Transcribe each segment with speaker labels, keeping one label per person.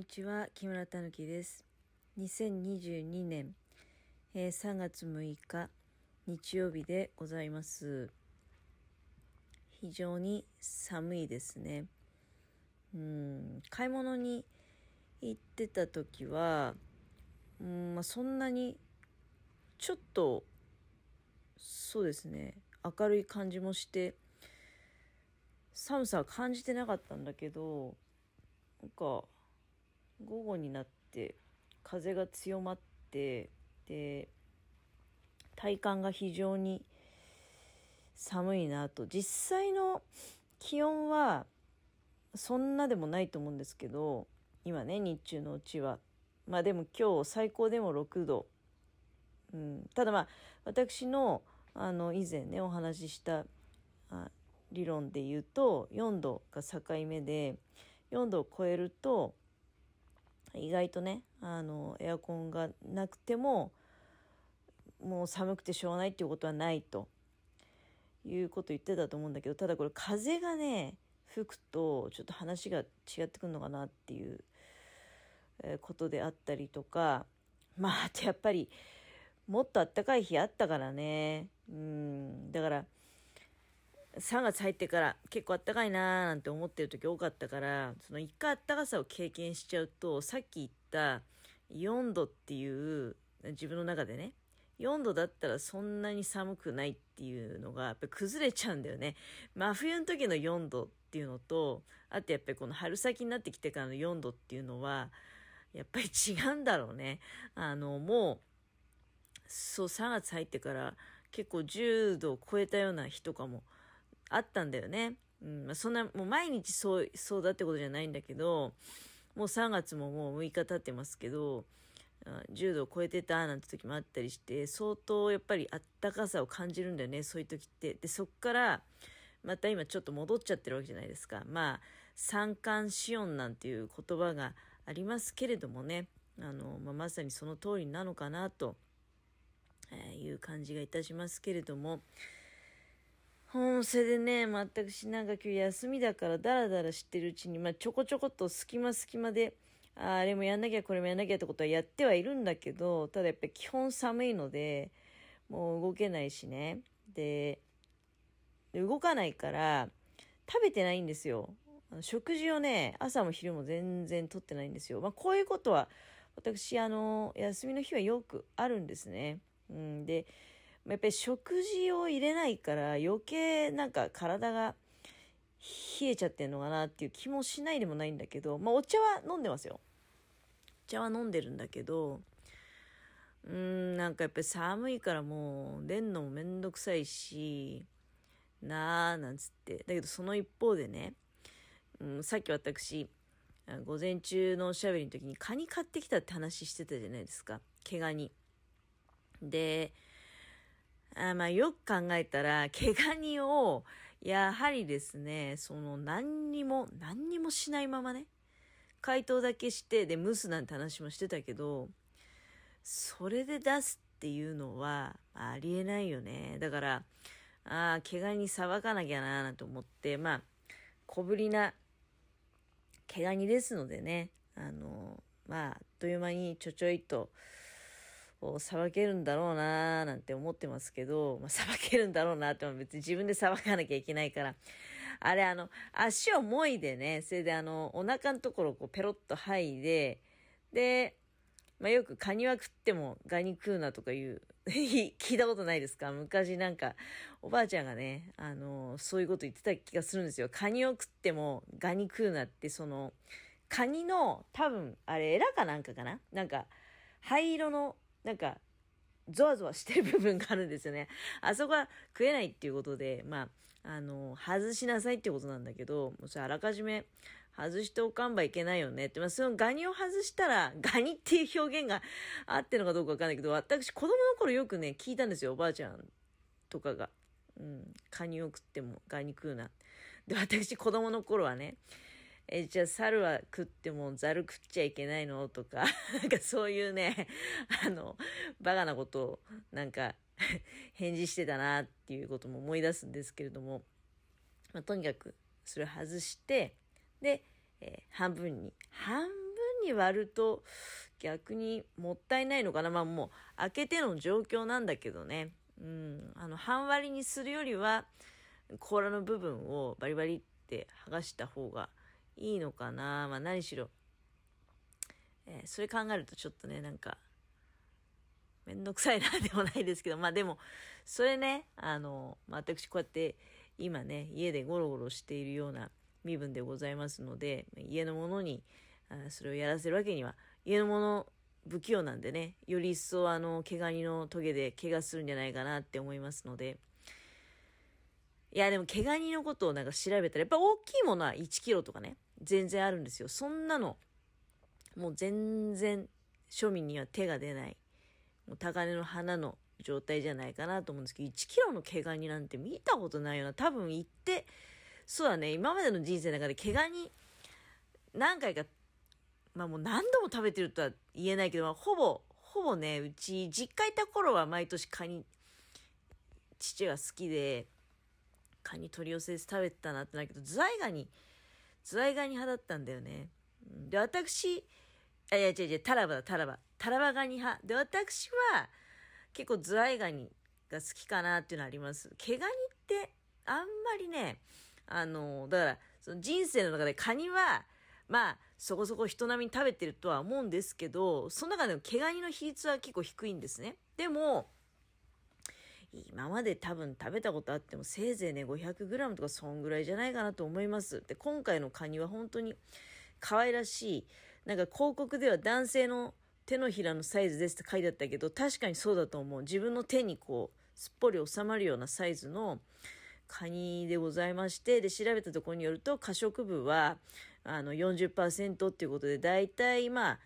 Speaker 1: にちは、木村たぬきです。2022年、3月6日、日曜日でございます。非常に寒いですね。買い物に行ってた時は、そんなに、ちょっと、そうですね、明るい感じもして、寒さは感じてなかったんだけど、午後になって風が強まって、で体感が非常に寒いなと。実際の気温はそんなでもないと思うんですけど、今ね、日中のうちはでも今日最高でも6度、ただ私の以前ねお話しした理論で言うと4度が境目で、4度を超えると意外とねエアコンがなくてももう寒くてしょうがないっていうことはないということを言ってたと思うんだけど、ただこれ風がね吹くとちょっと話が違ってくるのかなっていうことであったりとか、あとやっぱりもっと暖かい日あったからね。だから3月入ってから結構暖かいなーなんて思ってる時多かったから、その一回暖かさを経験しちゃうと、さっき言った4度っていう自分の中でね、4度だったらそんなに寒くないっていうのがやっぱり崩れちゃうんだよね。真冬の時の4度っていうのと、あとやっぱりこの春先になってきてからの4度っていうのはやっぱり違うんだろうね。もうそう3月入ってから結構10度を超えたような日とかもあったんだよね。そんなもう毎日そうだってことじゃないんだけど、もう3月ももう6日経ってますけど、10度を超えてたなんて時もあったりして、相当やっぱりあったかさを感じるんだよね、そういう時って。でそっからまた今ちょっと戻っちゃってるわけじゃないですか。三寒四温なんていう言葉がありますけれどもね、まさにその通りなのかなという感じがいたしますけれども、それでね、私なんか今日休みだからダラダラしてるうちに、ちょこちょこっと隙間で、あれもやんなきゃこれもやんなきゃってことはやってはいるんだけど、ただやっぱり基本寒いので、もう動けないしね。で、動かないから食べてないんですよ。食事をね、朝も昼も全然とってないんですよ。こういうことは私、休みの日はよくあるんですね。で、やっぱり食事を入れないから余計なんか体が冷えちゃってるのかなっていう気もしないでもないんだけど、お茶は飲んでますよ。お茶は飲んでるんだけど、なんかやっぱり寒いからもう出んのもめんどくさいし、なんつって。だけどその一方でね、さっき私、午前中のおしゃべりの時にカニ買ってきたって話してたじゃないですか。毛ガニ。で、よく考えたら、毛ガニを、やはりですね、何にもしないままね、解凍だけして、で、蒸すなんて話もしてたけど、それで出すっていうのは、ありえないよね。だから、毛ガニさばかなきゃなーなんて思って、小ぶりな毛ガニですのでね、あっという間にちょいと、さばけるんだろうなーなんて思ってますけど、さばけるんだろうなって別に自分でさばかなきゃいけないから、あれ足をもいでね、それでお腹のところをこうペロッと剥いで、で、よくカニは食ってもガニ食うなとかいう聞いたことないですか？昔なんかおばあちゃんがね、そういうこと言ってた気がするんですよ。カニを食ってもガニ食うなって、カニの多分あれエラかなんかかな、なんか灰色のなんかゾワゾワしてる部分があるんですよね。あそこは食えないっていうことで、外しなさいっていうことなんだけど、もうそれあらかじめ外しておかんばいけないよねって、そのガニを外したら、ガニっていう表現があってるのかどうかわかんないけど、私子供の頃よくね、聞いたんですよ、おばあちゃんとかが。カニを食ってもガニ食うな。で、私子供の頃はね、じゃあ猿は食ってもザル食っちゃいけないのとか、なんかそういうね、バカなことをなんか返事してたなっていうことも思い出すんですけれども、とにかくそれを外して、で、半分にに割ると逆にもったいないのかな。まあもう開けての状況なんだけどね。半割りにするよりは甲羅の部分をバリバリって剥がした方がいいのかな。まあ何しろ、それ考えるとちょっとね、なんかめんどくさいなでもないですけど、まあでもそれね、私こうやって今ね家でゴロゴロしているような身分でございますので、家の者にそれをやらせるわけには、家の者不器用なんでね、より一層毛ガニのトゲで怪我するんじゃないかなって思いますので。いやでも毛ガニのことをなんか調べたらやっぱ大きいものは1キロとかね全然あるんですよ。そんなのもう全然庶民には手が出ない、もう高嶺の花の状態じゃないかなと思うんですけど、1キロの毛ガニなんて見たことないよな。多分行って、そうだね、今までの人生の中で毛ガニ何回か、まあもう何度も食べてるとは言えないけど、まあ、ほぼね、うち実家いた頃は毎年カニ父が好きでカニ取り寄せて食べてたなってなるけど、ズワイガニ派だったんだよね。で私、いや違う違う、タラバガニ派で、私は結構ズワイガニが好きかなっていうのはあります。毛ガニってあんまりね、だからその人生の中でカニはまあそこそこ人並みに食べてるとは思うんですけど、その中でも毛ガニの比率は結構低いんですね。でも今まで多分食べたことあってもせいぜいね 500g とかそんぐらいじゃないかなと思います。で今回のカニは本当に可愛らしい、なんか広告では男性の手のひらのサイズですって書いてあったけど、確かにそうだと思う。自分の手にこうすっぽり収まるようなサイズのカニでございまして、で調べたところによると可食部は40% っていうことで、だいたいまあ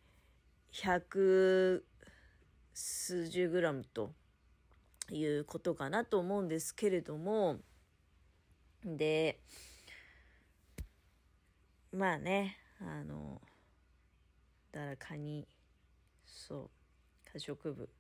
Speaker 1: 100数十グラムということかなと思うんですけれども、でまあね、だからカニ、そう可食部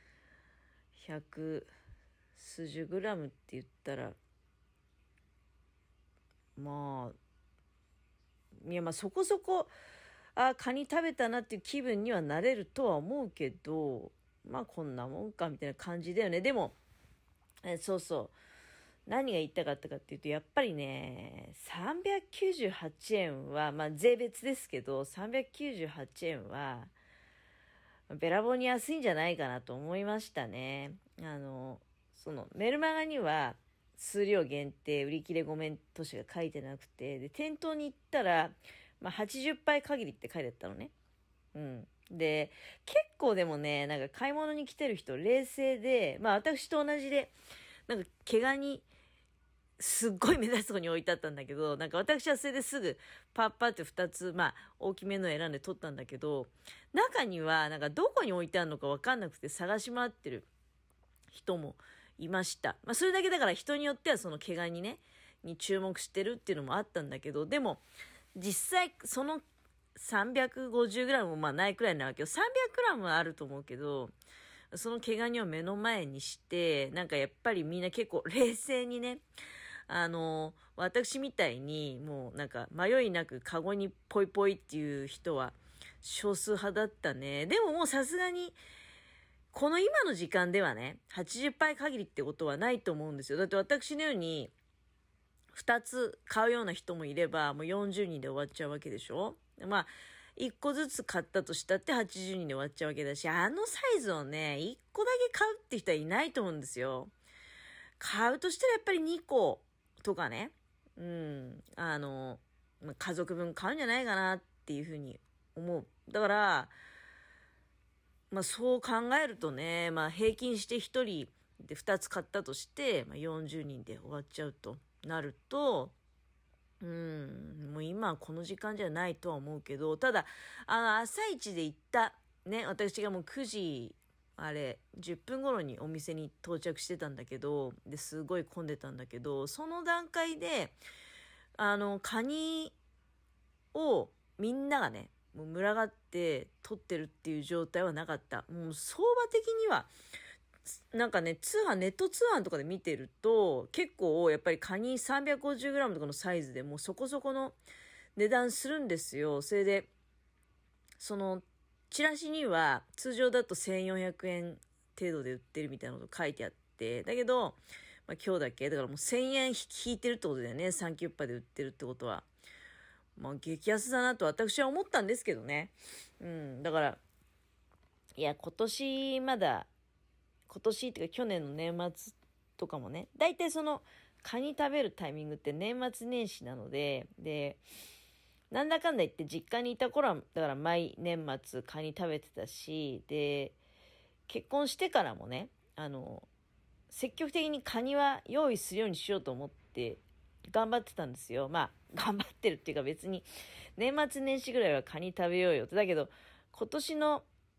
Speaker 1: 100数十グラムって言ったら、まあいやまあそこそこカニ食べたなっていう気分にはなれるとは思うけど、まあこんなもんかみたいな感じだよね。でもそうそう、何が言いたかったかっていうと、やっぱりね398円はまあ税別ですけど、398円はべらぼうに安いんじゃないかなと思いましたね。そのメルマガには数量限定売り切れごめんとしか書いてなくて、で店頭に行ったら、まあ、80杯限りって書いてあったのね。で結構でもね、なんか買い物に来てる人冷静で、まあ私と同じでなんか毛ガニすっごい目立つとこに置いてあったんだけど、なんか私はそれですぐパッパって2つまあ大きめの選んで取ったんだけど、中にはなんかどこに置いてあるのか分かんなくて探し回ってる人もいました。まあそれだけだから人によってはその毛ガニねに注目してるっていうのもあったんだけど、でも実際その 350g もまあないくらいなわけよ。300g はあると思うけど、その毛ガニを目の前にして、なんかやっぱりみんな結構冷静にね、私みたいにもうなんか迷いなくカゴにポイポイっていう人は少数派だったね。でももうさすがにこの今の時間ではね80杯限りってことはないと思うんですよ。だって私のように2つ買うような人もいればもう40人で終わっちゃうわけでしょ。まあ1個ずつ買ったとしたって80人で終わっちゃうわけだし、サイズをね1個だけ買うって人はいないと思うんですよ。買うとしたらやっぱり2個とかね、家族分買うんじゃないかなっていうふうに思う。だからまあそう考えるとね、まあ平均して1人で2つ買ったとして、まあ、40人で終わっちゃうとなると、もう今この時間じゃないとは思うけど、ただ朝一で行ったね、私がもう9時10分頃にお店に到着してたんだけど、ですごい混んでたんだけど、その段階でカニをみんながねもう群がって取ってるっていう状態はなかった。もう相場的にはなんかねネット通販とかで見てると結構やっぱりカニ 350g とかのサイズでもうそこそこの値段するんですよ。それでそのチラシには通常だと1400円程度で売ってるみたいなこと書いてあって、だけど、今日だけだからもう1000円引いてるってことだよね。サンキュッパで売ってるってことは。激安だなと私は思ったんですけどね。だから、いや、今年っていうか去年の年末とかもね、大体その、カニ食べるタイミングって年末年始なので、なんだかんだ言って実家にいた頃は、だから毎年末カニ食べてたし、で、結婚してからもね、積極的にカニは用意するようにしようと思って頑張ってたんですよ。頑張ってるっていうか別に年末年始ぐらいはカニ食べようよって。だけど、今年の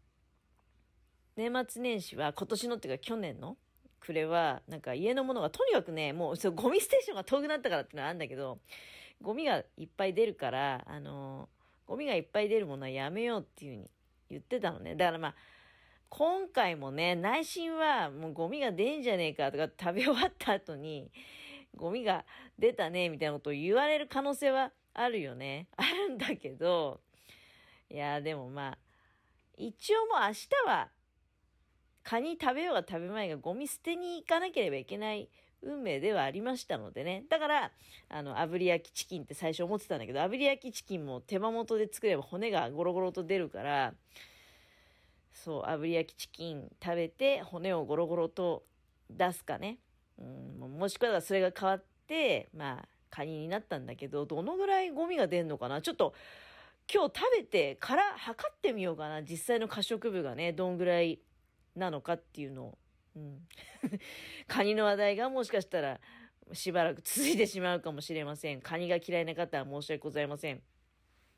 Speaker 1: 年末年始は、今年のっていうか去年の暮れは、なんか家のものがとにかくね、もうゴミステーションが遠くなったからっていうのはあるんだけど、ゴミがいっぱい出るから、ゴミがいっぱい出るものはやめようっていうふうに言ってたのね。だから今回もね、内心はもうゴミが出んじゃねえかとか食べ終わった後に、ゴミが出たねみたいなことを言われる可能性はあるよね。あるんだけど、いや、でも一応もう明日は、カニ食べようが食べまいがゴミ捨てに行かなければいけない運命ではありましたのでね。だから、炙り焼きチキンって最初思ってたんだけど、炙り焼きチキンも手羽元で作れば骨がゴロゴロと出るから、そう、炙り焼きチキン食べて骨をゴロゴロと出すかね。もしくはそれが変わって、カニになったんだけど、どのぐらいゴミが出んのかな。ちょっと、今日食べてから測ってみようかな。実際の可食部がね、どんぐらいなのかっていうのを。カニの話題がもしかしたらしばらく続いてしまうかもしれません。カニが嫌いな方は申し訳ございません。